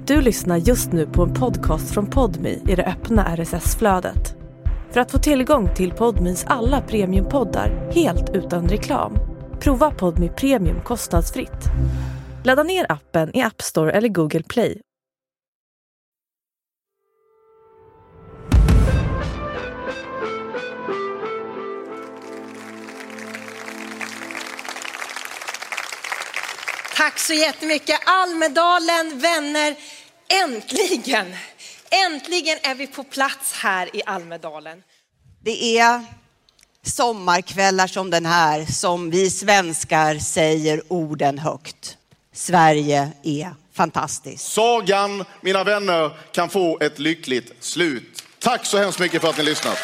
Du lyssnar just nu på en podcast från Podme i det öppna RSS-flödet. För att få tillgång till Podmes alla premiumpoddar helt utan reklam, prova Podme Premium kostnadsfritt. Ladda ner appen i App Store eller Google Play. Tack så jättemycket. Almedalen, vänner, äntligen är vi på plats här i Almedalen. Det är sommarkvällar som den här som vi svenskar säger orden högt. Sverige är fantastiskt. Sagan, mina vänner, kan få ett lyckligt slut. Tack så hemskt mycket för att ni lyssnat.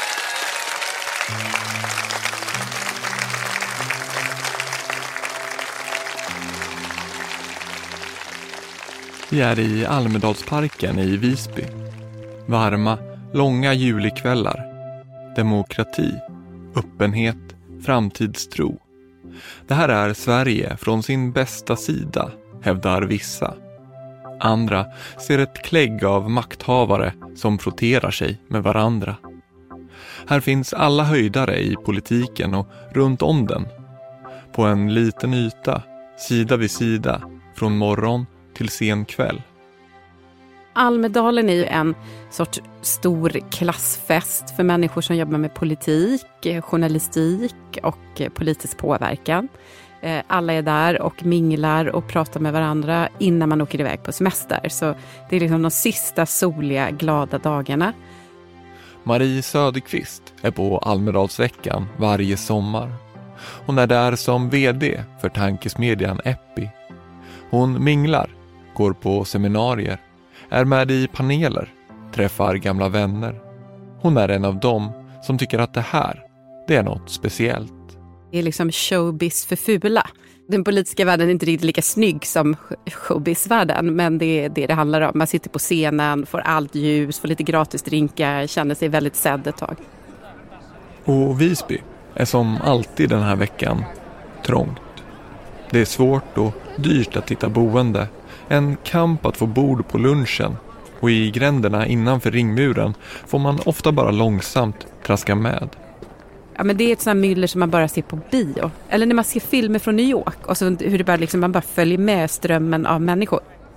Vi är i Almedalsparken i Visby. Varma, långa julikvällar. Demokrati, öppenhet, framtidstro. Det här är Sverige från sin bästa sida, hävdar vissa. Andra ser ett klägg av makthavare som frotterar sig med varandra. Här finns alla höjdare i politiken och runt om den. På en liten yta, sida vid sida, från morgon till sen kväll. Almedalen är ju en sorts stor klassfest för människor som jobbar med politik, journalistik och politisk påverkan. Alla är där och minglar och pratar med varandra innan man åker iväg på semester. Så det är liksom de sista soliga, glada dagarna. Marie Söderqvist är på Almedalsveckan varje sommar. Hon är där som vd för tankesmedjan Epi. Hon minglar, går på seminarier, är med i paneler, träffar gamla vänner. Hon är en av dem som tycker att det är något speciellt. Det är liksom showbiz för fula. Den politiska världen är inte riktigt lika snygg som showbiz-världen, men det är det handlar om. Man sitter på scenen, får allt ljus, får lite gratis drinkar, känner sig väldigt sedd ett tag. Och Visby är som alltid den här veckan trångt. Det är svårt och dyrt att hitta boende. En kamp att få bord på lunchen. Och i gränderna innanför ringmuren får man ofta bara långsamt traska med. Ja, men det är ett sånt här myller som man bara ser på bio. Eller när man ser filmer från New York. Och så hur det bara liksom, man bara följer med strömmen av människor.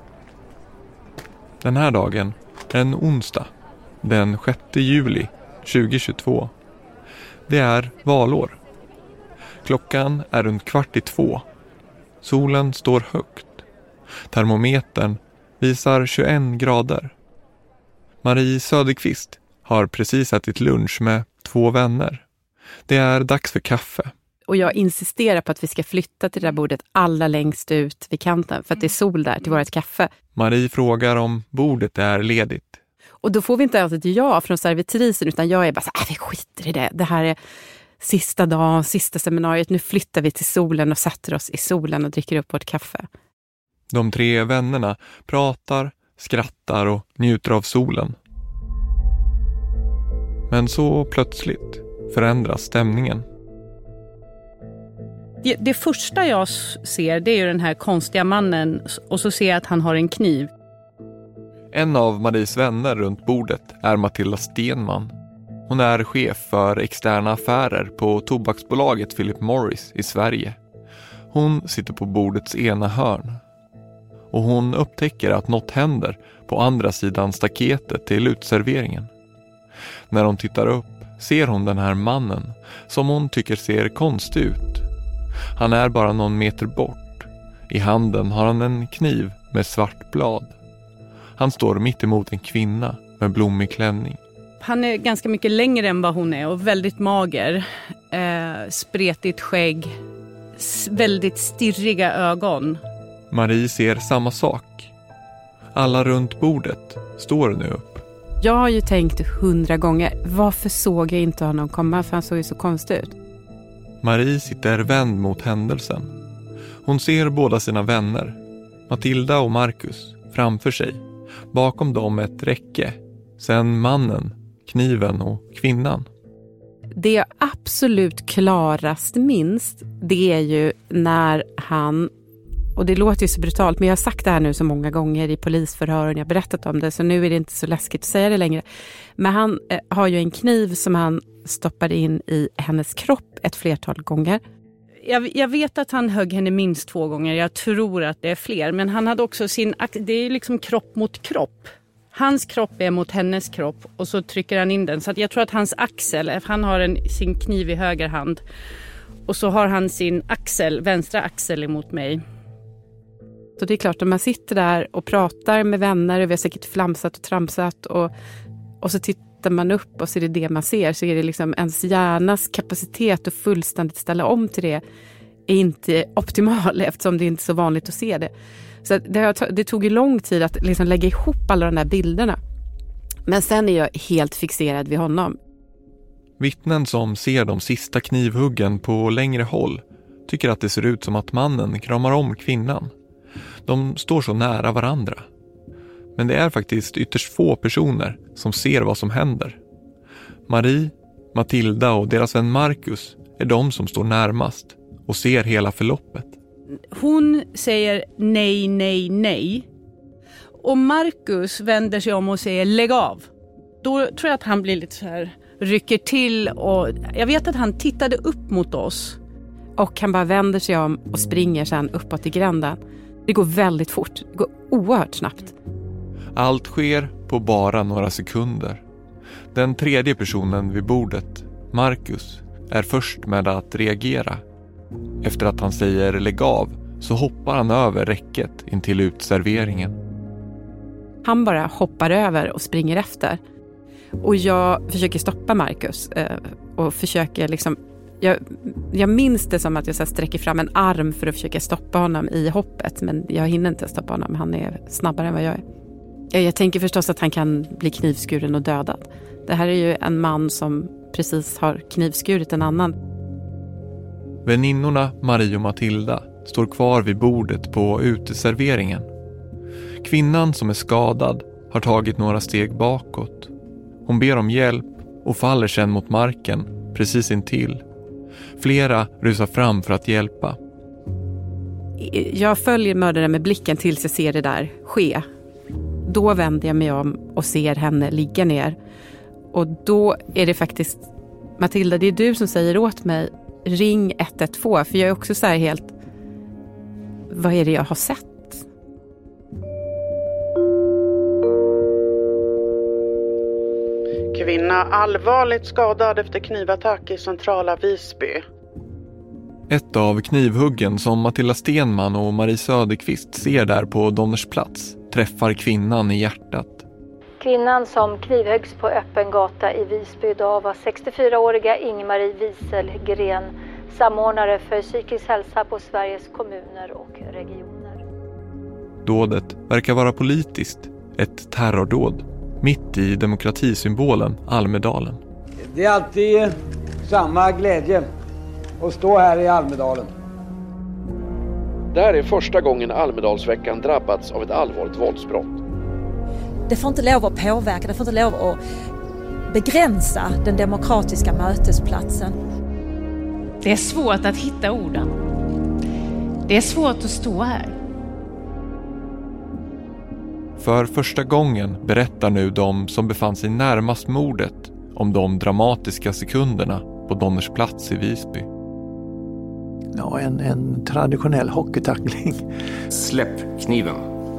Den här dagen är en onsdag. Den 6 juli 2022. Det är valår. Klockan är runt 1:15. Solen står högt. Termometern visar 21 grader. Marie Söderqvist har precis ätit lunch med 2 vänner. Det är dags för kaffe. Och jag insisterar på att vi ska flytta till det där bordet allra längst ut vid kanten. För att det är sol där till vårt kaffe. Marie frågar om bordet är ledigt. Och då får vi inte alltid ett ja från servitrisen, utan jag är bara så här, vi skiter i det. Det här är sista dagen, sista seminariet. Nu flyttar vi till solen och sätter oss i solen och dricker upp vårt kaffe. De 3 vännerna pratar, skrattar och njuter av solen. Men så plötsligt förändras stämningen. Det första jag ser, det är ju den här konstiga mannen, och så ser jag att han har en kniv. En av Maries vänner runt bordet är Matilda Stenman. Hon är chef för externa affärer på tobaksbolaget Philip Morris i Sverige. Hon sitter på bordets ena hörn. Och hon upptäcker att något händer på andra sidan staketet till utserveringen. När hon tittar upp ser hon den här mannen som hon tycker ser konstig ut. Han är bara någon meter bort. I handen har han en kniv med svart blad. Han står mitt emot en kvinna med blommig klänning. Han är ganska mycket längre än vad hon är och väldigt mager. Spretigt skägg. Väldigt stirriga ögon. Marie ser samma sak. Alla runt bordet står nu upp. Jag har ju tänkt 100 gånger, varför såg jag inte honom komma, för han såg ju så konstig ut. Marie sitter vänd mot händelsen. Hon ser båda sina vänner, Matilda och Marcus, framför sig. Bakom dem ett räcke. Sen mannen, kniven och kvinnan. Det jag absolut klarast minst, det är ju när han Och det låter ju så brutalt, men jag har sagt det här nu så många gånger i polisförhör och jag har berättat om det, så nu är det inte så läskigt att säga det längre. Men han har ju en kniv som han stoppade in i hennes kropp ett flertal gånger. Jag vet att han högg henne minst 2 gånger, jag tror att det är fler. Men han hade också det är liksom kropp mot kropp. Hans kropp är mot hennes kropp och så trycker han in den. Så att jag tror att hans axel, han har sin kniv i höger hand. Och så har han sin vänstra axel emot mig. Så det är klart, när man sitter där och pratar med vänner och vi har säkert flamsat och tramsat och så tittar man upp och så är det man ser, så är det liksom ens hjärnas kapacitet att fullständigt ställa om till det är inte optimal, eftersom det inte är så vanligt att se det. Så det tog ju lång tid att liksom lägga ihop alla de här bilderna. Men sen är jag helt fixerad vid honom. Vittnen som ser de sista knivhuggen på längre håll tycker att det ser ut som att mannen kramar om kvinnan. De står så nära varandra. Men det är faktiskt ytterst få personer som ser vad som händer. Marie, Matilda och deras vän Marcus är de som står närmast och ser hela förloppet. Hon säger nej, nej, nej. Och Marcus vänder sig om och säger lägg av. Då tror jag att han blir lite så här, rycker till, och jag vet att han tittade upp mot oss. Och han bara vänder sig om och springer sedan uppåt i gränden. Det går väldigt fort, det går oerhört snabbt. Allt sker på bara några sekunder. Den tredje personen vid bordet, Marcus, är först med att reagera. Efter att han säger lägg av så hoppar han över räcket in till utserveringen. Han bara hoppar över och springer efter. Och jag försöker stoppa Marcus och försöker liksom... Jag minns det som att jag så sträcker fram en arm för att försöka stoppa honom i hoppet, men jag hinner inte stoppa honom. Han är snabbare än vad jag är. Jag tänker förstås att han kan bli knivskuren och dödad. Det här är ju en man som precis har knivskurit en annan. Väninnorna Marie och Matilda står kvar vid bordet på uteserveringen. Kvinnan som är skadad har tagit några steg bakåt. Hon ber om hjälp och faller sedan mot marken precis intill. Flera rusar fram för att hjälpa. Jag följer mördaren med blicken tills jag ser det där ske. Då vänder jag mig om och ser henne ligga ner. Och då är det faktiskt, Matilda, det är du som säger åt mig, ring 112. För jag är också så här helt, vad är det jag har sett? Kvinna allvarligt skadad efter knivattack i centrala Visby. Ett av knivhuggen som Matilda Stenman och Marie Söderqvist ser där på Donners plats träffar kvinnan i hjärtat. Kvinnan som knivhöggs på öppen gata i Visby idag var 64-åriga Ingmarie Wieselgren, samordnare för psykisk hälsa på Sveriges kommuner och regioner. Dådet verkar vara politiskt, ett terrordåd, mitt i demokratisymbolen Almedalen. Det är alltid samma glädje att stå här i Almedalen. Det här är första gången Almedalsveckan drabbats av ett allvarligt våldsbrott. Det får inte lov att påverka, det får inte lov att begränsa den demokratiska mötesplatsen. Det är svårt att hitta orden. Det är svårt att stå här. För första gången berättar nu de som befann sig närmast mordet om de dramatiska sekunderna på Donners plats i Visby. Ja, en traditionell hockeytackling. Släpp kniven.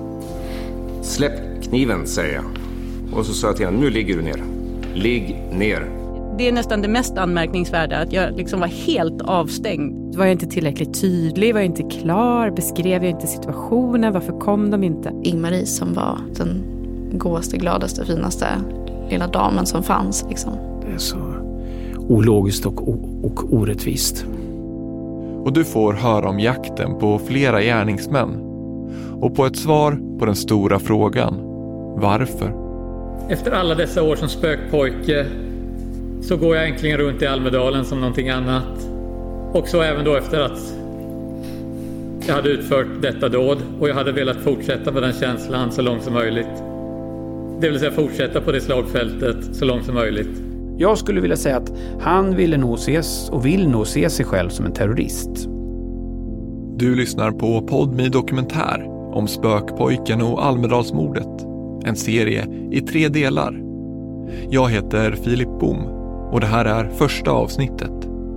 Släpp kniven, säger jag. Och så sa jag till henne, nu ligger du ner. Ligg ner. Det är nästan det mest anmärkningsvärda, att jag liksom var helt avstängd. Var jag inte tillräckligt tydlig, var jag inte klar, beskrev jag inte situationen, varför kom de inte? Ingmarie som var den godaste, gladaste, finaste lilla damen som fanns. Liksom. Det är så ologiskt och orättvist. Och du får höra om jakten på flera gärningsmän. Och på ett svar på den stora frågan, varför? Efter alla dessa år som spökpojke så går jag äntligen runt i Almedalen som någonting annat. Och så även då efter att jag hade utfört detta dåd och jag hade velat fortsätta med den känslan så långt som möjligt. Det vill säga fortsätta på det slagfältet så långt som möjligt. Jag skulle vilja säga att han ville nog ses och vill nog se sig själv som en terrorist. Du lyssnar på Podmi Dokumentär om spökpojken och Almedalsmordet. En serie i 3 delar. Jag heter Filip Bom och det här är första avsnittet.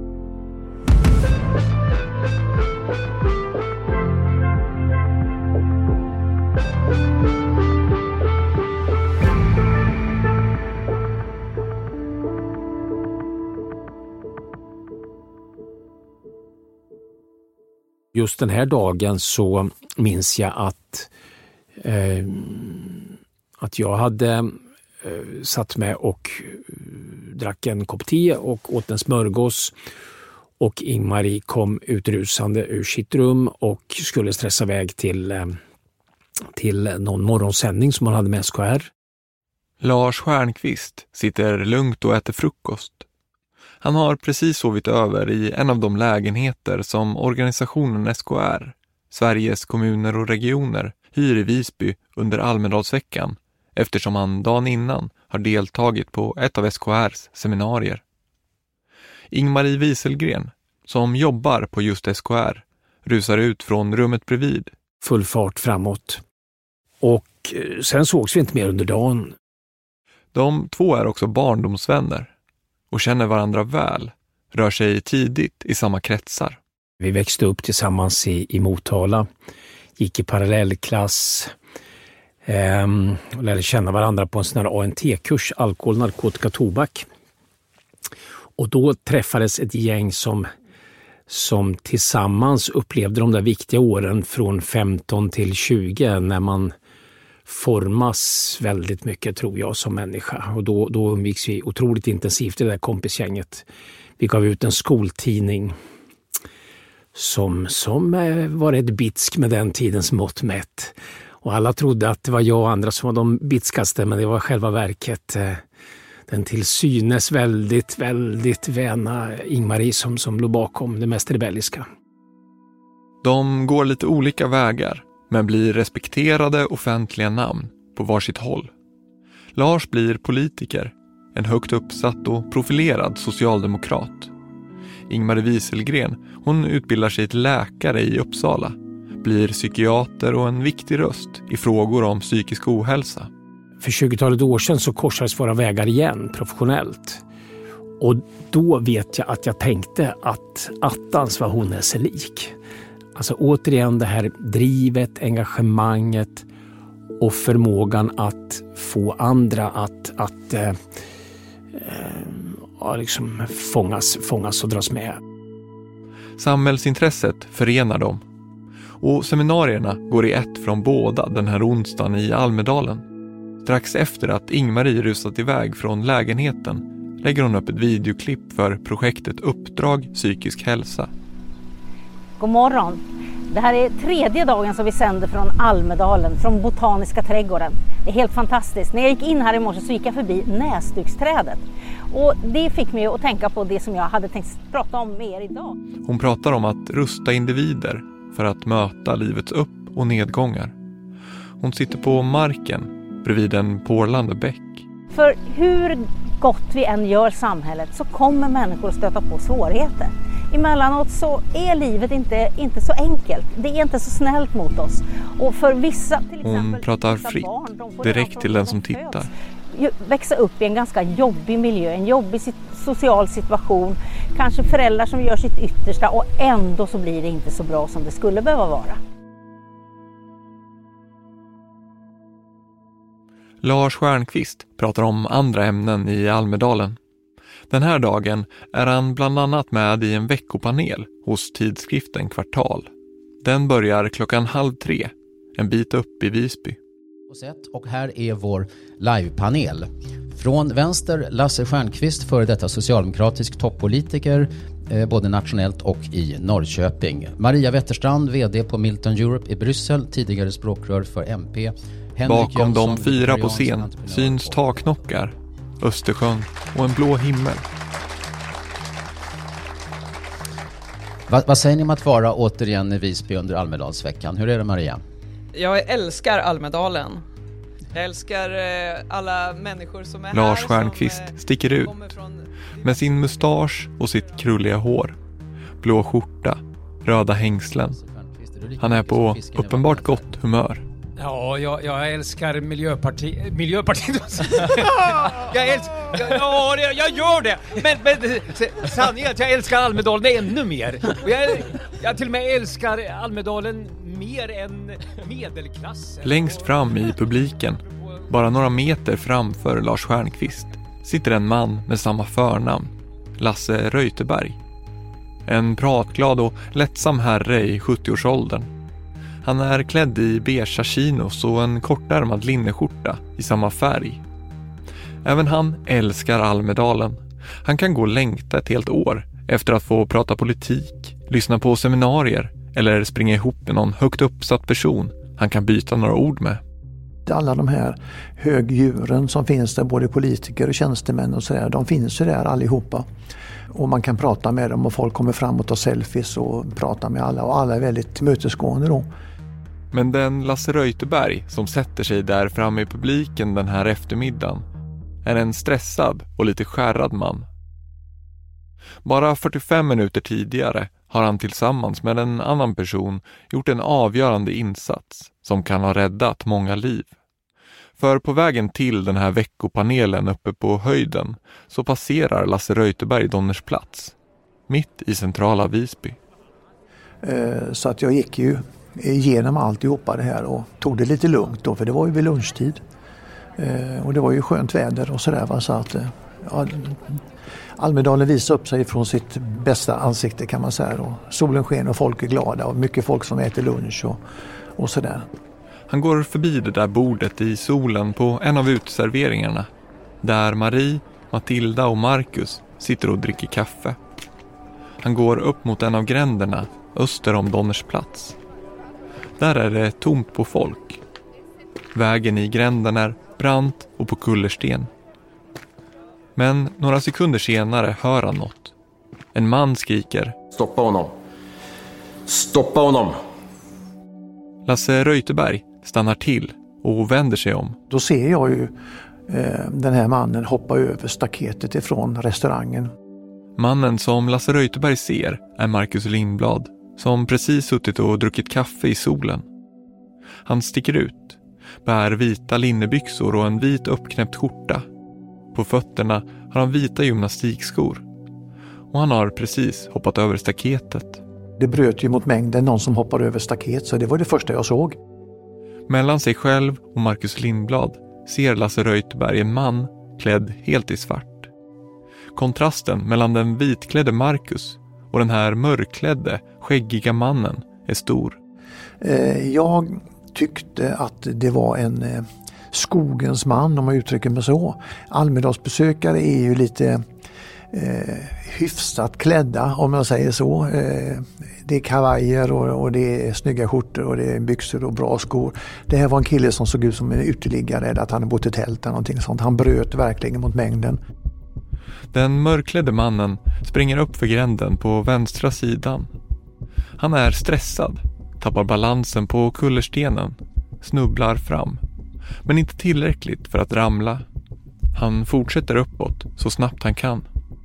Just den här dagen så minns jag att jag hade satt med och drack en kopp te och åt en smörgås, och Ingmarie kom utrusande ur sitt rum och skulle stressa iväg till någon morgonsändning som hon hade med SKR. Lars Stjernqvist sitter lugnt och äter frukost. Han har precis sovit över i en av de lägenheter som organisationen SKR, Sveriges kommuner och regioner, hyr i Visby under Almedalsveckan, eftersom han dagen innan har deltagit på ett av SKRs seminarier. Ingmarie Wieselgren, som jobbar på just SKR, rusar ut från rummet bredvid. Full fart framåt. Och sen sågs vi inte mer under dagen. De två är också barndomsvänner och känner varandra väl, rör sig tidigt i samma kretsar. Vi växte upp tillsammans i Motala, gick i parallellklass och lärde känna varandra på en sån här ANT-kurs, alkohol, narkotika, tobak. Och då träffades ett gäng som tillsammans upplevde de där viktiga åren från 15 till 20 när man formas väldigt mycket, tror jag, som människa. Och då umgicks vi otroligt intensivt i det där kompisgänget. Vi gav ut en skoltidning som var rätt bitsk med den tidens mått mätt. Och alla trodde att det var jag och andra som var de bitskaste, men det var själva verket den till synes väldigt, väldigt väna Ingmarie som låg bakom det mest rebelliska. De går lite olika vägar, men blir respekterade offentliga namn på varsitt håll. Lars blir politiker, en högt uppsatt och profilerad socialdemokrat. Ingmarie Wieselgren, hon utbildar sig till läkare i Uppsala, blir psykiater och en viktig röst i frågor om psykisk ohälsa. För 20-talet år sedan så korsades våra vägar igen professionellt. Och då vet jag att jag tänkte att attans var hon är sig lik. Alltså återigen det här drivet, engagemanget och förmågan att få andra att liksom fångas och dras med. Samhällsintresset förenar dem. Och seminarierna går i ett från båda den här onsdagen i Almedalen. Strax efter att Ingmarie rusat iväg från lägenheten lägger hon upp ett videoklipp för projektet Uppdrag psykisk hälsa. God morgon. Det här är 3:e dagen som vi sänder från Almedalen, från Botaniska trädgården. Det är helt fantastiskt. När jag gick in här i morse så gick jag förbi näsduksträdet. Och det fick mig att tänka på det som jag hade tänkt prata om med er idag. Hon pratar om att rusta individer för att möta livets upp- och nedgångar. Hon sitter på marken bredvid en porlande bäck. För hur gott vi än gör samhället så kommer människor att stöta på svårigheter. Emellanåt så är livet inte så enkelt. Det är inte så snällt mot oss. Och för vissa, till exempel, hon pratar fritt, direkt till den som tittar. Växa upp i en ganska jobbig miljö, en jobbig social situation. Kanske föräldrar som gör sitt yttersta och ändå så blir det inte så bra som det skulle behöva vara. Lars Stjernqvist pratar om andra ämnen i Almedalen. Den här dagen är han bland annat med i en veckopanel hos tidskriften Kvartal. Den börjar 2:30, en bit upp i Visby. Och här är vår livepanel. Från vänster Lasse Stjernqvist, före detta socialdemokratisk toppolitiker, både nationellt och i Norrköping. Maria Wetterstrand, vd på Milton Europe i Bryssel, tidigare språkrör för MP. Bakom de 4 på scen syns taknockar, Östersjön och en blå himmel. Vad säger ni om att vara återigen i Visby under Almedalsveckan? Hur är det, Maria? Jag älskar Almedalen. Jag älskar alla människor som är Lars här. Stjernqvist sticker ut med sin mustasch och sitt krulliga hår. Blå skjorta, röda hängslen Han är på uppenbart gott humör. Ja, jag älskar Miljöpartiet. Jag gör det. Men sanningen är att jag älskar Almedalen ännu mer. Och jag till och med älskar Almedalen mer än medelklassen. Längst fram i publiken, bara några meter framför Lars Stjernkvist, sitter en man med samma förnamn, Lasse Reuterberg. En pratglad och lättsam herre i 70-årsåldern. Han är klädd i beigea chinos och en kortärmad linneskjorta i samma färg. Även han älskar Almedalen. Han kan gå och längta ett helt år efter att få prata politik, lyssna på seminarier eller springa ihop med någon högt uppsatt person han kan byta några ord med. Alla de här högdjuren som finns där, både politiker och tjänstemän och sådär, de finns ju där allihopa. Och man kan prata med dem och folk kommer fram och tar selfies och pratar med alla, och alla är väldigt mötesgående då. Men den Lasse Reuterberg som sätter sig där framme i publiken den här eftermiddagen är en stressad och lite skärrad man. Bara 45 minuter tidigare har han tillsammans med en annan person gjort en avgörande insats som kan ha räddat många liv. För på vägen till den här veckopanelen uppe på höjden så passerar Lasse Reuterberg Donners plats, mitt i centrala Visby. Så att jag gick ju igenom alltihopa det här och tog det lite lugnt då, för det var ju vid lunchtid. Och det var ju skönt väder och sådär, så att ja, Almedalen visar upp sig från sitt bästa ansikte kan man säga. Och solen sken och folk är glada och mycket folk som äter lunch och sådär. Han går förbi det där bordet i solen på en av utserveringarna där Marie, Matilda och Marcus sitter och dricker kaffe. Han går upp mot en av gränderna öster om Donners plats. Där är det tomt på folk. Vägen i gränden är brant och på kullersten. Men några sekunder senare hör han något. En man skriker: Stoppa honom! Stoppa honom! Lasse Reuterberg stannar till och vänder sig om. Då ser jag ju den här mannen hoppa över staketet ifrån restaurangen. Mannen som Lasse Reuterberg ser är Marcus Lindblad, som precis suttit och druckit kaffe i solen. Han sticker ut, bär vita linnebyxor och en vit uppknäppt skjorta. På fötterna har han vita gymnastikskor. Och han har precis hoppat över staketet. Det bröt ju mot mängden någon som hoppar över staket, så det var det första jag såg. Mellan sig själv och Marcus Lindblad ser Lasse Reuterberg en man klädd helt i svart. Kontrasten mellan den vitklädde Marcus och den här mörkklädde, skäggiga mannen är stor. Jag tyckte att det var en skogens man, om man uttrycker mig så. Almedalsbesökare är ju lite hyfsat klädda, om jag säger så. Det är kavajer och det är snygga skjortor och det är byxor och bra skor. Det här var en kille som såg ut som en uteliggare, eller att han hade bott i tält eller någonting sånt. Han bröt verkligen mot mängden. Den mörkklädde mannen springer upp för gränden på vänstra sidan. Han är stressad, tappar balansen på kullerstenen, snubblar fram. Men inte tillräckligt för att ramla. Han fortsätter uppåt så snabbt han kan.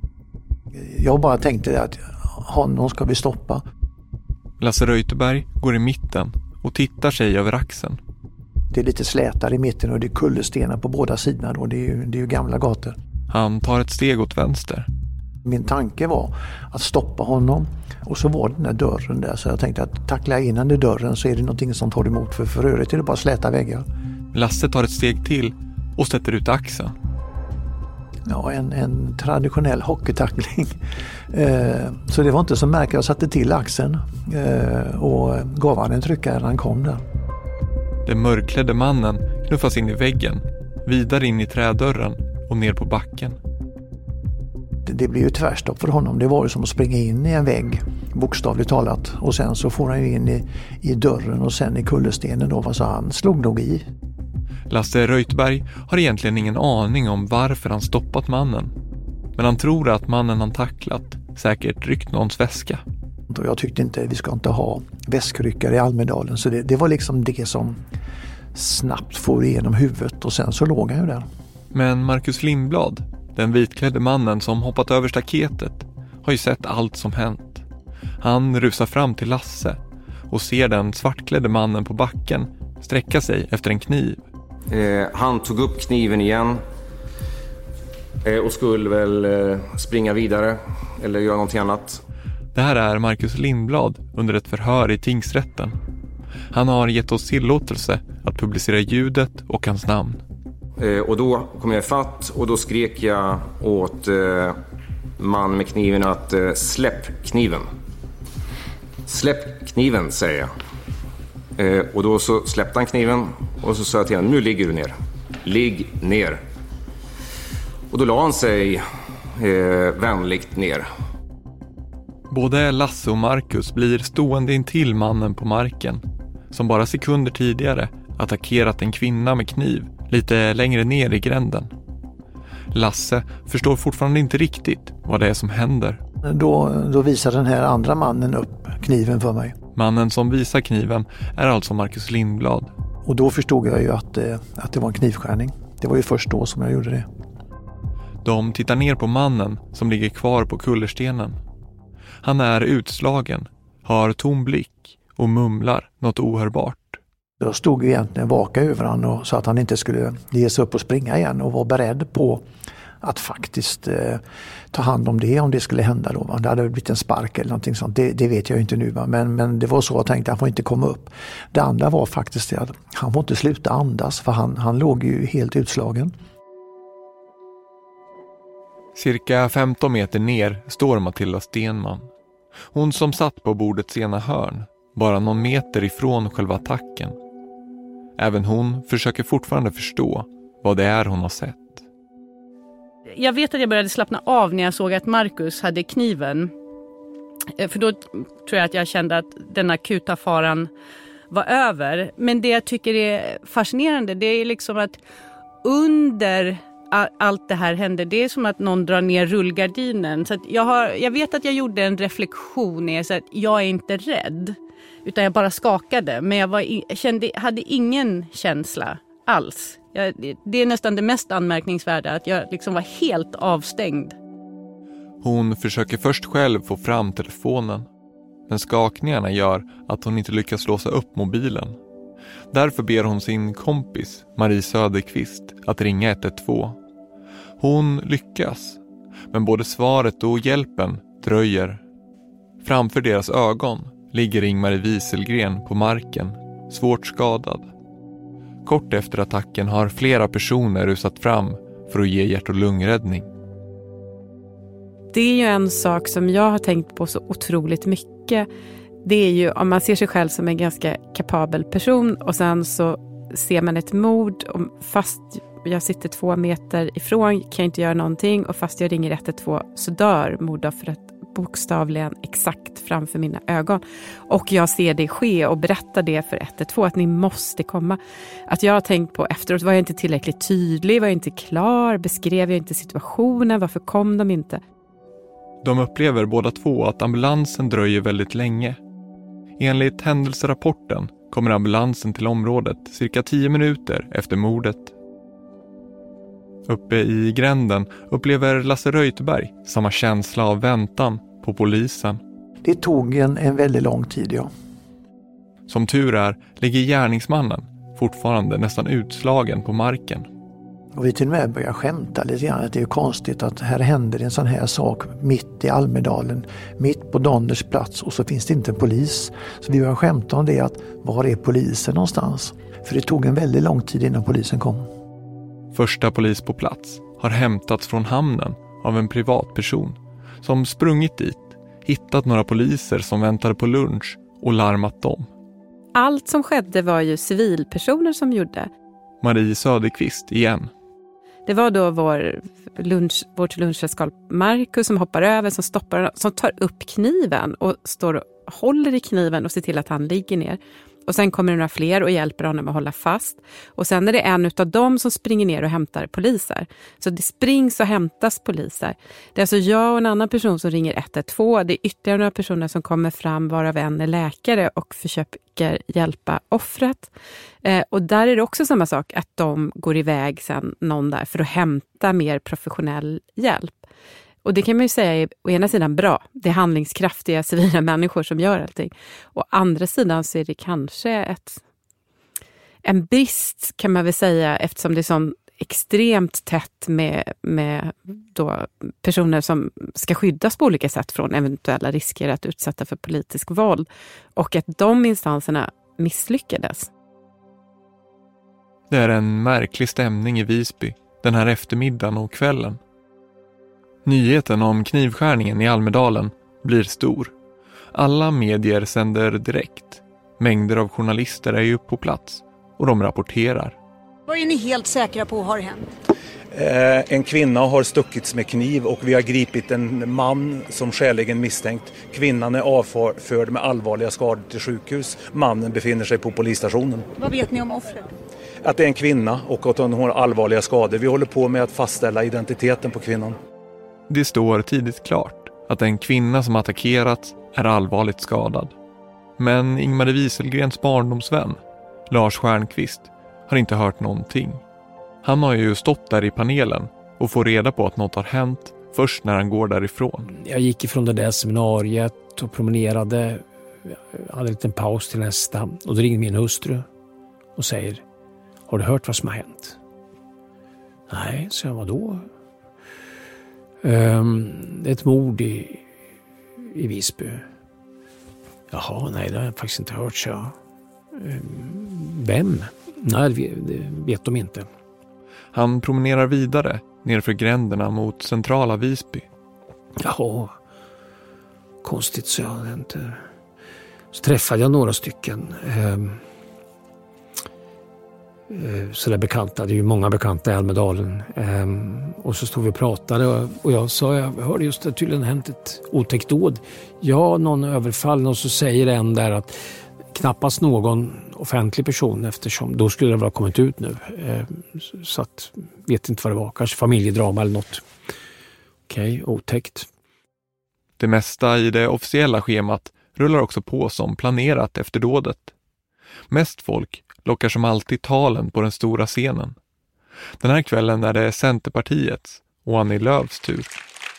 Jag bara tänkte att honom ska vi stoppa. Lasse Reuterberg går i mitten och tittar sig över axeln. Det är lite slätar i mitten och det är kullerstenar på båda sidorna då. Det är ju gamla gator. Han tar ett steg åt vänster. Min tanke var att stoppa honom, och så var den där dörren där, så jag tänkte att tackla innan det dörren så är det någonting som tar emot, för övrigt är det bara släta väggar. Lasse tar ett steg till och sätter ut axeln. Ja, en traditionell hockeytackling. Så det var inte så märkligt. Jag satte till axeln och gav han en tryckare när han kom där. Den mörkklädde mannen knuffas in i väggen, vidare in i trädörren och ner på backen. Det blir ju tvärstopp för honom. Det var ju som att springa in i en vägg, bokstavligt talat. Och sen så får han ju in i dörren och sen i kullerstenen då, så han slog nog i. Lasse Reuterberg har egentligen ingen aning om varför han stoppat mannen. Men han tror att mannen han tacklat säkert ryckt någons väska. Jag tyckte inte vi ska inte ha väskryckare i Almedalen, så det var liksom det som snabbt får igenom huvudet, och sen så låg han ju där. Men Marcus Lindblad, den vitklädde mannen som hoppat över staketet, har ju sett allt som hänt. Han rusar fram till Lasse och ser den svartklädde mannen på backen sträcka sig efter en kniv. Han tog upp kniven igen och skulle väl springa vidare eller göra någonting annat. Det här är Marcus Lindblad under ett förhör i tingsrätten. Han har gett oss tillåtelse att publicera ljudet och hans namn. Och då kom jag ifatt och då skrek jag åt man med kniven att släpp kniven. Släpp kniven, säger jag. Och då så släppte han kniven och så sa jag till honom, nu ligger du ner. Ligg ner. Och då la han sig vänligt ner. Både Lasse och Marcus blir stående intill mannen på marken som bara sekunder tidigare attackerat en kvinna med kniv lite längre ner i gränden. Lasse förstår fortfarande inte riktigt vad det är som händer. Då visar den här andra mannen upp kniven för mig. Mannen som visar kniven är alltså Marcus Lindblad. Och då förstod jag ju att det var en knivskärning. Det var ju först då som jag gjorde det. De tittar ner på mannen som ligger kvar på kullerstenen. Han är utslagen, har tom blick och mumlar något ohörbart. Jag stod egentligen vaka över honom så att han inte skulle ge sig upp och springa igen och var beredd på att faktiskt ta hand om det skulle hända då. Det hade blivit en spark eller någonting sånt. Det vet jag inte nu. Men det var så jag tänkte, han får inte komma upp. Det andra var faktiskt att han får inte sluta andas för han låg ju helt utslagen. Cirka 15 meter ner står Matilda Stenman. Hon som satt på bordets ena hörn, bara någon meter ifrån själva attacken. Även hon försöker fortfarande förstå vad det är hon har sett. Jag vet att jag började slappna av när jag såg att Marcus hade kniven. För då tror jag att jag kände att den akuta faran var över. Men det jag tycker är fascinerande, det är liksom att under allt det här hände, det är som att någon drar ner rullgardinen. Så att jag vet att jag gjorde en reflektion så att jag är inte rädd, utan jag bara skakade. Men jag hade ingen känsla alls. Det är nästan det mest anmärkningsvärda, att jag liksom var helt avstängd. Hon försöker först själv få fram telefonen. Men skakningarna gör att hon inte lyckas låsa upp mobilen. Därför ber hon sin kompis Marie Söderqvist att ringa 112. Hon lyckas, men både svaret och hjälpen dröjer. Framför deras ögon ligger Ingmarie Wieselgren på marken, svårt skadad. Kort efter attacken har flera personer rusat fram för att ge hjärt- och lungräddning. Det är ju en sak som jag har tänkt på så otroligt mycket. Det är ju om man ser sig själv som en ganska kapabel person och sen så ser man ett mord och fast jag sitter 2 meter ifrån kan jag inte göra någonting och fast jag ringer 112 så dör mordoffret bokstavligen exakt framför mina ögon. Och jag ser det ske och berättar det för 112 att ni måste komma. Att jag har tänkt på efteråt, var jag inte tillräckligt tydlig, var jag inte klar, beskrev jag inte situationen, varför kom de inte? De upplever båda två att ambulansen dröjer väldigt länge. Enligt händelserapporten kommer ambulansen till området cirka 10 minuter efter mordet. Uppe i gränden upplever Lasse Reuterberg samma känsla av väntan på polisen. Det tog en väldigt lång tid, ja. Som tur är ligger gärningsmannen fortfarande nästan utslagen på marken. Och vi till och med börjar skämta lite grann att det är konstigt att här händer en sån här sak mitt i Almedalen, mitt på Donners plats och så finns det inte en polis. Så vi börjar skämta om det, att var är polisen någonstans? För det tog en väldigt lång tid innan polisen kom. Första polis på plats har hämtats från hamnen av en privatperson som sprungit dit, hittat några poliser som väntade på lunch och larmat dem. Allt som skedde var ju civilpersoner som gjorde. Marie Söderqvist igen. Det var då vårt lunchsällskap Marcus som hoppar över, som stoppar, som tar upp kniven och står och håller i kniven och ser till att han ligger ner. Och sen kommer det några fler och hjälper honom att hålla fast. Och sen är det en av dem som springer ner och hämtar poliser. Så det springs och hämtas poliser. Det är alltså jag och en annan person som ringer 112. Det är ytterligare några personer som kommer fram, varav en är läkare och försöker hjälpa offret. Och där är det också samma sak, att de går iväg sen någon där för att hämta mer professionell hjälp. Och det kan man ju säga är å ena sidan bra. Det är handlingskraftiga civila människor som gör allting. Å andra sidan så är det kanske en brist kan man väl säga, eftersom det är så extremt tätt med då personer som ska skyddas på olika sätt från eventuella risker att utsätta för politisk våld. Och att de instanserna misslyckades. Det är en märklig stämning i Visby den här eftermiddagen och kvällen. Nyheten om knivskärningen i Almedalen blir stor. Alla medier sänder direkt. Mängder av journalister är ju på plats och de rapporterar. Vad är ni helt säkra på har hänt? En kvinna har stuckits med kniv och vi har gripit en man som skäligen misstänkt. Kvinnan är avförd med allvarliga skador till sjukhus. Mannen befinner sig på polisstationen. Vad vet ni om offret? Att det är en kvinna och att hon har allvarliga skador. Vi håller på med att fastställa identiteten på kvinnan. Det står tidigt klart att en kvinna som attackerats är allvarligt skadad. Men Ingmarie Wieselgrens barndomsvän, Lars Stjernkvist, har inte hört någonting. Han har ju stått där i panelen och får reda på att något har hänt först när han går därifrån. Jag gick ifrån det där seminariet och promenerade. Jag hade en liten paus till nästa. Och då ringer min hustru och säger: har du hört vad som har hänt? Nej, så jag, vadå? Det är ett mord i Visby. Jaha, nej, det har jag faktiskt inte hört, så jag. Vem? Nej, det vet de inte. Han promenerar vidare nerför gränderna mot centrala Visby. Jaha, konstigt, så jag inte. Så träffade jag några stycken. Så där bekanta, det är ju många bekanta i Almedalen. Och så stod vi och pratade och jag sa, jag hörde just att tydligen hänt ett otäckt dåd. Ja, någon överfall, och så säger en där att knappast någon offentlig person, eftersom då skulle det ha kommit ut nu. Så att, vet inte vad det var, kanske familjedrama eller något. Okej, otäckt. Det mesta i det officiella schemat rullar också på som planerat efter dådet. Mest folk lockar som alltid talen på den stora scenen. Den här kvällen är det Centerpartiets och Annie Lööfs tur.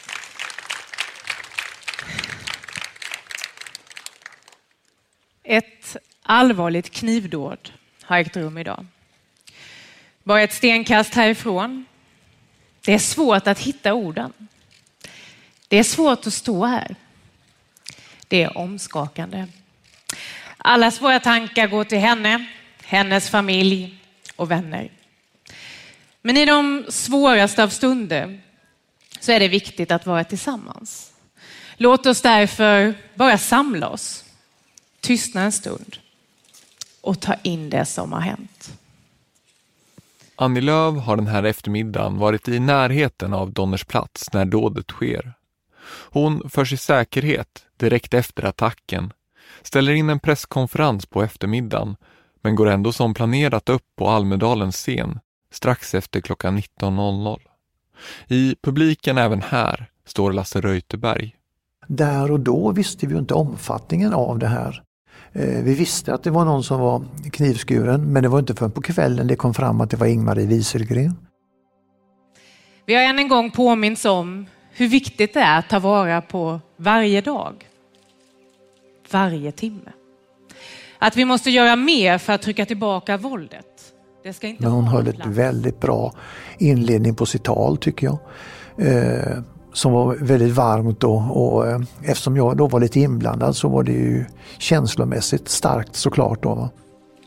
Ett allvarligt knivdåd har ägt rum idag. Bara ett stenkast härifrån. Det är svårt att hitta orden. Det är svårt att stå här. Det är omskakande. Allas våra tankar går till henne, hennes familj och vänner. Men i de svåraste av stunder så är det viktigt att vara tillsammans. Låt oss därför bara samla oss, tystna en stund och ta in det som har hänt. Annie Lööf har den här eftermiddagen varit i närheten av Donners plats när dådet sker. Hon för sig säkerhet direkt efter attacken, ställer in en presskonferens på eftermiddagen, men går ändå som planerat upp på Almedalens scen strax efter klockan 19.00. I publiken även här står Lasse Reuterberg. Där och då visste vi ju inte omfattningen av det här. Vi visste att det var någon som var knivskuren, men det var inte förrän på kvällen det kom fram att det var Ingmarie Wieselgren. Vi har än en gång påminns om hur viktigt det är att ta vara på varje dag, varje timme. Att vi måste göra mer för att trycka tillbaka våldet. Det ska inte. Men hon höll ett väldigt bra inledning på sitt tal, tycker jag. Som var väldigt varmt då, och eftersom jag då var lite inblandad så var det ju känslomässigt starkt såklart då, va?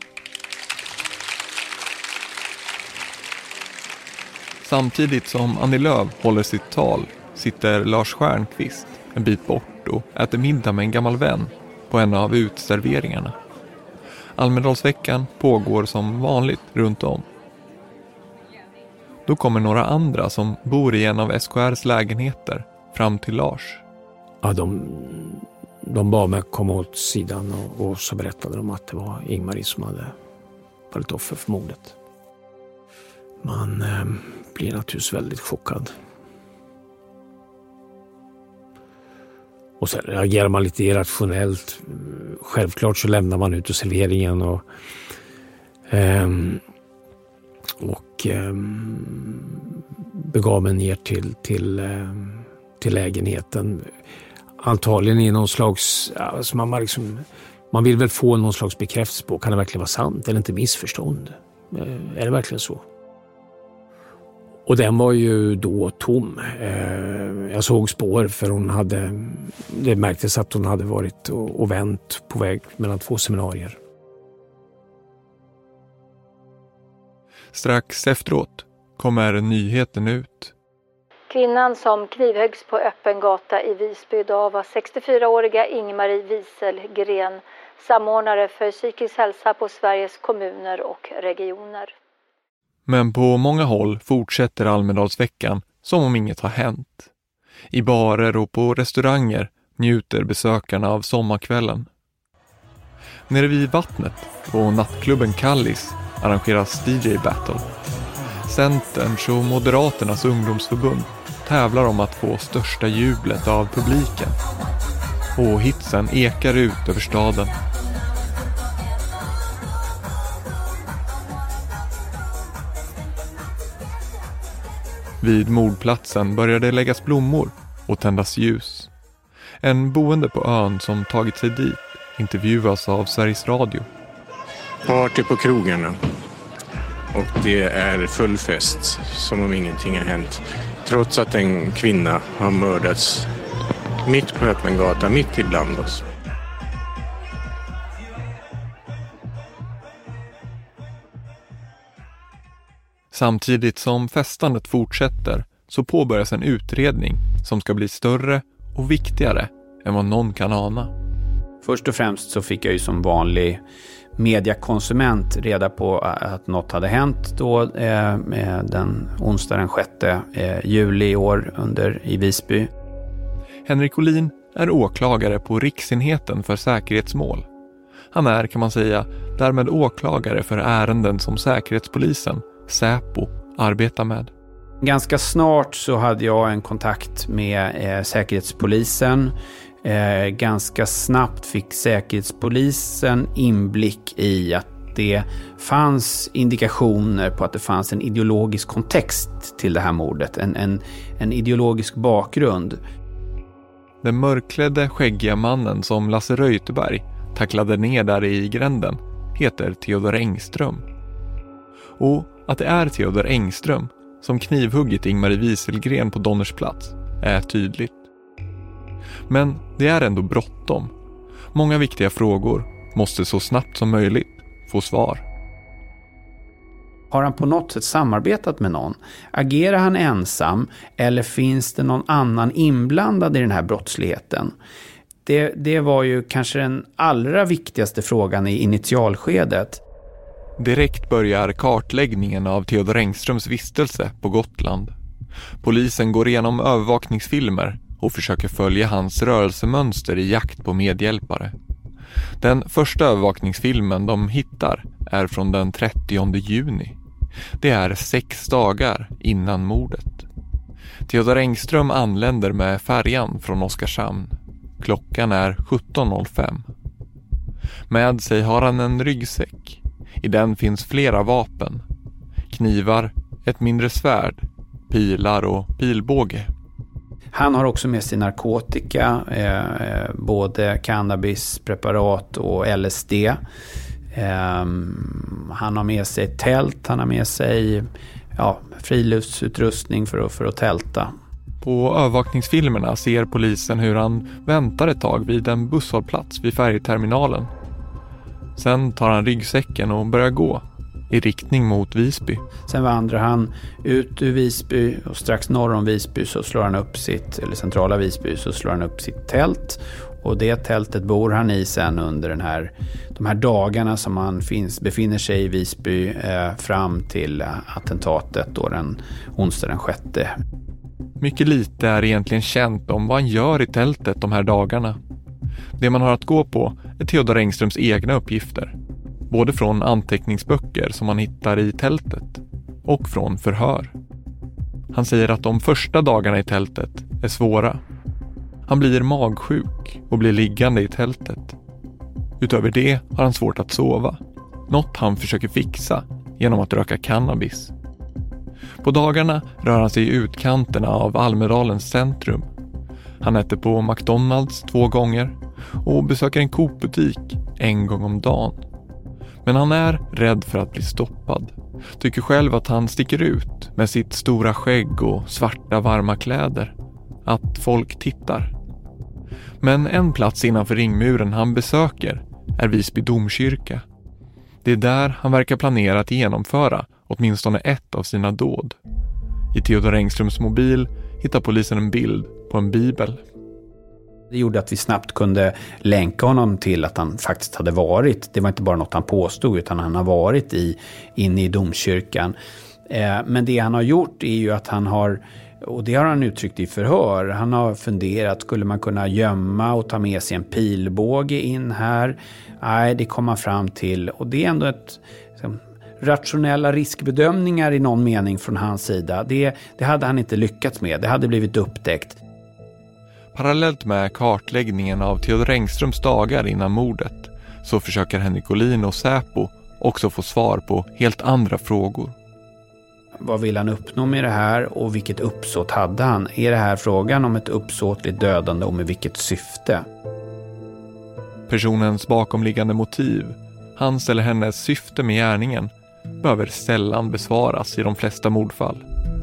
Samtidigt som Annie Lööf håller sitt tal sitter Lars Stjernkvist en bit bort och äter middag med en gammal vän på en av utserveringarna. Almedalsveckan pågår som vanligt runt om. Då kommer några andra som bor i en av SKRs lägenheter fram till Lars. Ja, de bad mig komma åt sidan och så berättade de att det var Ingmarie som hade varit offer för mordet. Man blir naturligtvis väldigt chockad. Och sen reagerar man lite irrationellt. Självklart så lämnar man ut ur serveringen och begav mig ner till till lägenheten. Antagligen i någon slags, alltså man vill väl få någon slags bekräftelse på, kan det verkligen vara sant eller inte missförstånd? Är det verkligen så? Och den var ju då tom. Jag såg spår för det märktes att hon hade varit och vänt på väg mellan 2 seminarier. Strax efteråt kommer nyheten ut. Kvinnan som knivhöggs på öppen gata i Visby idag var 64-åriga Ingmarie Wieselgren, samordnare för psykisk hälsa på Sveriges kommuner och regioner. Men på många håll fortsätter Almedalsveckan som om inget har hänt. I barer och på restauranger njuter besökarna av sommarkvällen. Nere vid vattnet på nattklubben Kallis arrangeras DJ Battle. Centerns och Moderaternas ungdomsförbund tävlar om att få största jublet av publiken. Och hitsen ekar ut över staden. Vid mordplatsen börjar det läggas blommor och tändas ljus. En boende på ön som tagit sig dit intervjuas av Sveriges Radio. Party på krogarna. Och det är full fest, som om ingenting har hänt. Trots att en kvinna har mördats mitt på öppen gata, mitt ibland oss. Samtidigt som festandet fortsätter så påbörjas en utredning som ska bli större och viktigare än vad någon kan ana. Först och främst så fick jag ju som vanlig mediakonsument reda på att något hade hänt då den onsdag den 6 juli i år i Visby. Henrik Olin är åklagare på Riksenheten för säkerhetsmål. Han är, kan man säga, därmed åklagare för ärenden som Säkerhetspolisen, Säpo, arbetar med. Ganska snart så hade jag en kontakt med Säkerhetspolisen. Ganska snabbt fick Säkerhetspolisen inblick i att det fanns indikationer på att det fanns en ideologisk kontext till det här mordet. En ideologisk bakgrund. Den mörkklädde skäggiga mannen som Lasse Reuterberg tacklade ner där i gränden heter Theodor Engström. Och att det är Theodor Engström som knivhuggit Ingmarie Wieselgren på Donnersplats är tydligt. Men det är ändå bråttom. Många viktiga frågor måste så snabbt som möjligt få svar. Har han på något sätt samarbetat med någon? Agerar han ensam eller finns det någon annan inblandad i den här brottsligheten? Det var ju kanske den allra viktigaste frågan i initialskedet. Direkt börjar kartläggningen av Theodor Engströms vistelse på Gotland. Polisen går igenom övervakningsfilmer och försöker följa hans rörelsemönster i jakt på medhjälpare. Den första övervakningsfilmen de hittar är från den 30 juni. Det är 6 dagar innan mordet. Theodor Engström anländer med färjan från Oskarshamn. Klockan är 17.05. Med sig har han en ryggsäck. I den finns flera vapen. Knivar, ett mindre svärd, pilar och pilbåge. Han har också med sig narkotika, både cannabispreparat och LSD. Han har med sig tält, han har med sig friluftsutrustning för att tälta. På övervakningsfilmerna ser polisen hur han väntar ett tag vid en busshållplats vid färjeterminalen. Sen tar han ryggsäcken och börjar gå i riktning mot Visby. Sen vandrar han ut ur Visby och strax norr om Visby så slår han upp centrala Visby så slår han upp sitt tält. Och det tältet bor han i sen under de här dagarna som han befinner sig i Visby fram till attentatet då den onsdag den 6. Mycket lite är egentligen känt om vad han gör i tältet de här dagarna. Det man har att gå på är Theodor Engströms egna uppgifter. Både från anteckningsböcker som man hittar i tältet och från förhör. Han säger att de första dagarna i tältet är svåra. Han blir magsjuk och blir liggande i tältet. Utöver det har han svårt att sova. Något han försöker fixa genom att röka cannabis. På dagarna rör han sig i utkanterna av Almedalens centrum. Han äter på McDonalds 2 gånger och besöker en Coop-butik 1 gång om dagen. Men han är rädd för att bli stoppad. Tycker själv att han sticker ut med sitt stora skägg och svarta varma kläder. Att folk tittar. Men en plats innanför ringmuren han besöker är Visby domkyrka. Det är där han verkar planera att genomföra åtminstone ett av sina dåd. I Theodor Engströms mobil hittar polisen en bild på en bibel. Det gjorde att vi snabbt kunde länka honom till att han faktiskt hade varit. Det var inte bara något han påstod, utan han har varit inne i domkyrkan. Men det han har gjort är ju att han har, och det har han uttryckt i förhör, han har funderat, skulle man kunna gömma och ta med sig en pilbåge in här? Nej, det kom han fram till. Och det är ändå ett rationella riskbedömningar i någon mening från hans sida. Det hade han inte lyckats med. Det hade blivit upptäckt. Parallellt med kartläggningen av Theodor Engströms dagar innan mordet så försöker Henrik Olin och Säpo också få svar på helt andra frågor. Vad vill han uppnå med det här och vilket uppsåt hade han? Är det här frågan om ett uppsåtligt dödande och med vilket syfte? Personens bakomliggande motiv, hans eller hennes syfte med gärningen, behöver sällan besvaras i de flesta mordfall.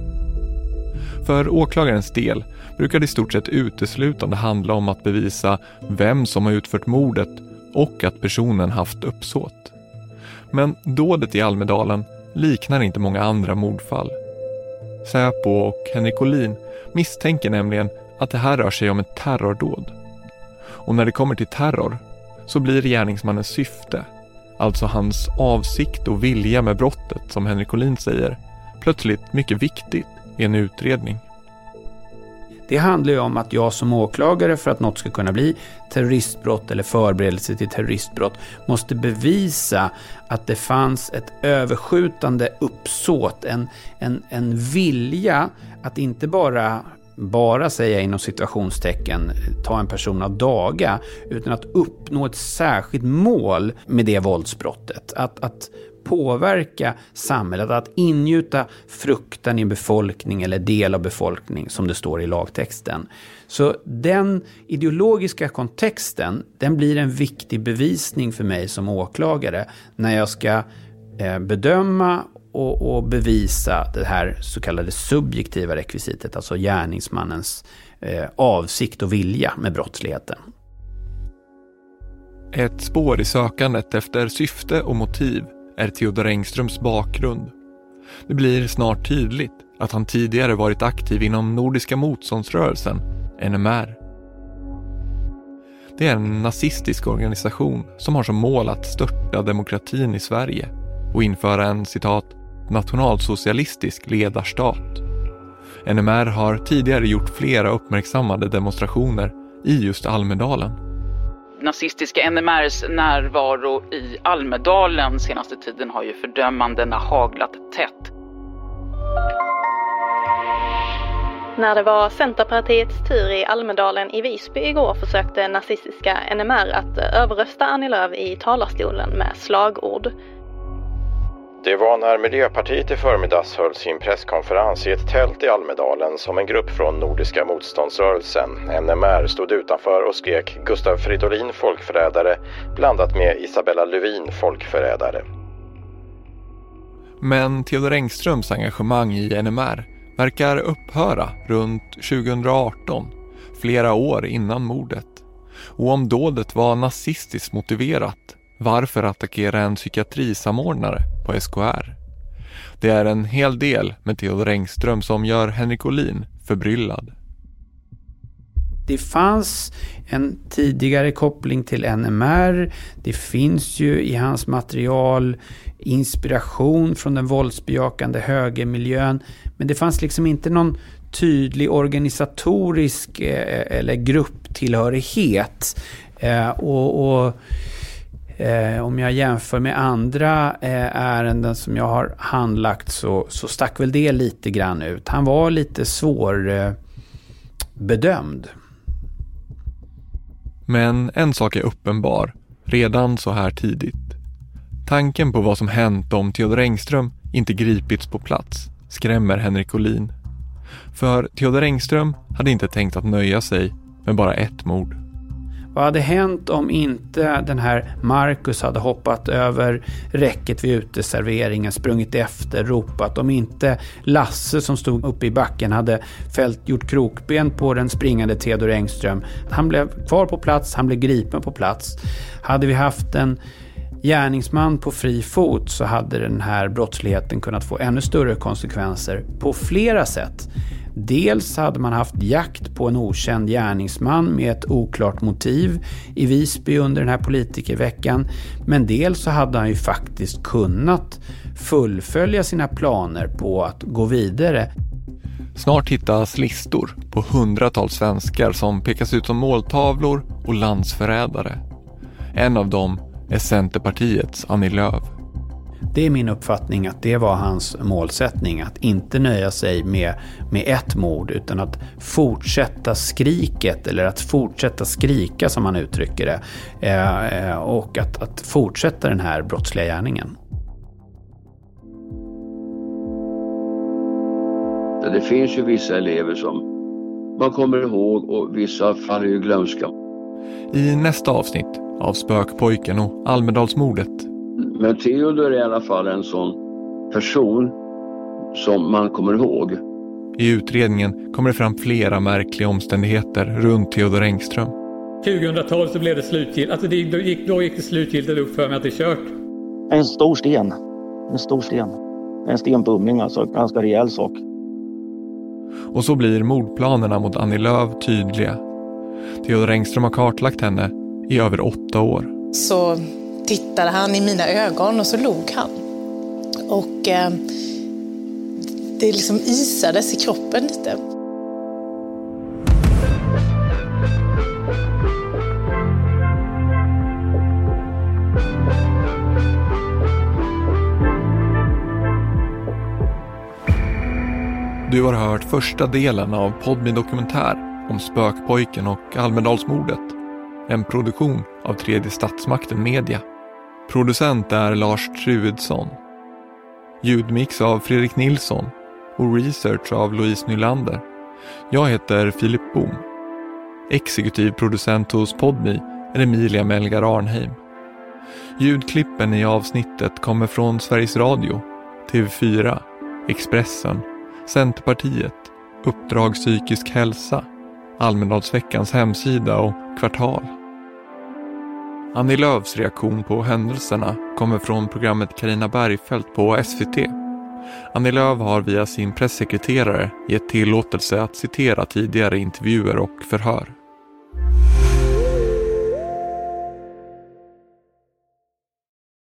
För åklagarens del brukar det i stort sett uteslutande handla om att bevisa vem som har utfört mordet och att personen haft uppsåt. Men dådet i Almedalen liknar inte många andra mordfall. Säpo och Henrik Olin misstänker nämligen att det här rör sig om ett terrordåd. Och när det kommer till terror så blir gärningsmannens syfte, alltså hans avsikt och vilja med brottet, som Henrik Olin säger, plötsligt mycket viktigt i en utredning. Det handlar ju om att jag som åklagare, för att något ska kunna bli terroristbrott eller förberedelse till terroristbrott, måste bevisa att det fanns ett överskjutande uppsåt, en vilja att inte bara säga inom situationstecken ta en person av daga, utan att uppnå ett särskilt mål med det våldsbrottet. Att påverka samhället, att ingjuta fruktan i befolkning eller del av befolkning, som det står i lagtexten. Så den ideologiska kontexten, den blir en viktig bevisning för mig som åklagare när jag ska bedöma och bevisa det här så kallade subjektiva rekvisitet, alltså gärningsmannens avsikt och vilja med brottsligheten. Ett spår i sökandet efter syfte och motiv är Theodor Engströms bakgrund. Det blir snart tydligt att han tidigare varit aktiv inom Nordiska motståndsrörelsen, NMR. Det är en nazistisk organisation som har som mål att störta demokratin i Sverige och införa en, citat, nationalsocialistisk ledarstat. NMR har tidigare gjort flera uppmärksammade demonstrationer i just Almedalen. Nazistiska NMRs närvaro i Almedalen senaste tiden har ju fördömandena haglat tätt. När det var Centerpartiets tur i Almedalen i Visby igår försökte nazistiska NMR att överrösta Annie Lööf i talarstolen med slagord. Det var när Miljöpartiet i förmiddags höll sin presskonferens i ett tält i Almedalen som en grupp från Nordiska motståndsrörelsen, NMR, stod utanför och skrek Gustav Fridolin folkförrädare blandat med Isabella Lövin folkförrädare. Men Theodor Engströms engagemang i NMR verkar upphöra runt 2018, flera år innan mordet. Och om dådet var nazistiskt motiverat, varför attackera en psykiatrisamordnare på SKR? Det är en hel del med Theodor Engström som gör Henrik Olin förbryllad. Det fanns en tidigare koppling till NMR. Det finns ju i hans material inspiration från den våldsbejakande högermiljön. Men det fanns liksom inte någon tydlig organisatorisk eller grupptillhörighet. Om jag jämför med andra ärenden som jag har handlagt så stack väl det lite grann ut. Han var lite svårbedömd. Men en sak är uppenbar, redan så här tidigt. Tanken på vad som hänt om Theodor Engström inte gripits på plats skrämmer Henrik Olin. För Theodor Engström hade inte tänkt att nöja sig med bara ett mord. Vad hade hänt om inte den här Marcus hade hoppat över räcket vid uteserveringen, sprungit efter, ropat? Om inte Lasse som stod uppe i backen hade gjort krokben på den springande Theodor Engström? Han blev kvar på plats, han blev gripen på plats. Hade vi haft en gärningsman på fri fot så hade den här brottsligheten kunnat få ännu större konsekvenser på flera sätt. Dels hade man haft jakt på en okänd gärningsman med ett oklart motiv i Visby under den här politikerveckan. Men dels så hade han ju faktiskt kunnat fullfölja sina planer på att gå vidare. Snart hittas listor på hundratals svenskar som pekas ut som måltavlor och landsförrädare. En av dem är Centerpartiets Annie Lööf. Det är min uppfattning att det var hans målsättning, att inte nöja sig med ett mord utan att fortsätta skriket, eller att fortsätta skrika som han uttrycker det, och att fortsätta den här brottsliga gärningen. Det finns ju vissa elever som man kommer ihåg och vissa faller ju glömska. I nästa avsnitt av Spökpojken och Almedalsmordet. Men Theodor är i alla fall en sån person som man kommer ihåg. I utredningen kommer det fram flera märkliga omständigheter runt Theodor Engström. 2012 så blev det slutgiltigt. Alltså då gick det slutgiltigt upp för mig att det är kört. En stor sten. En stenbumling, alltså en ganska rejäl sak. Och så blir mordplanerna mot Annie Lööf tydliga. Theodor Engström har kartlagt henne i över 8 år. Så tittade han i mina ögon och så log han. Och det liksom isades i kroppen lite. Du har hört första delen av Podme dokumentär om Spökpojken och Almedalsmordet. En produktion av Tredje Statsmakten Media. Producent är Lars Truedsson. Ljudmix av Fredrik Nilsson och research av Louise Nylander. Jag heter Filip Bohm. Exekutiv producent hos Podme är Emilia Melgar Arnheim. Ljudklippen i avsnittet kommer från Sveriges Radio, TV4, Expressen, Centerpartiet, Uppdrag Psykisk hälsa, Almedalsveckans hemsida och Kvartal. Annie Lööfs reaktion på händelserna kommer från programmet Carina Bergfeldt på SVT. Annie Lööf har via sin pressekreterare gett tillåtelse att citera tidigare intervjuer och förhör.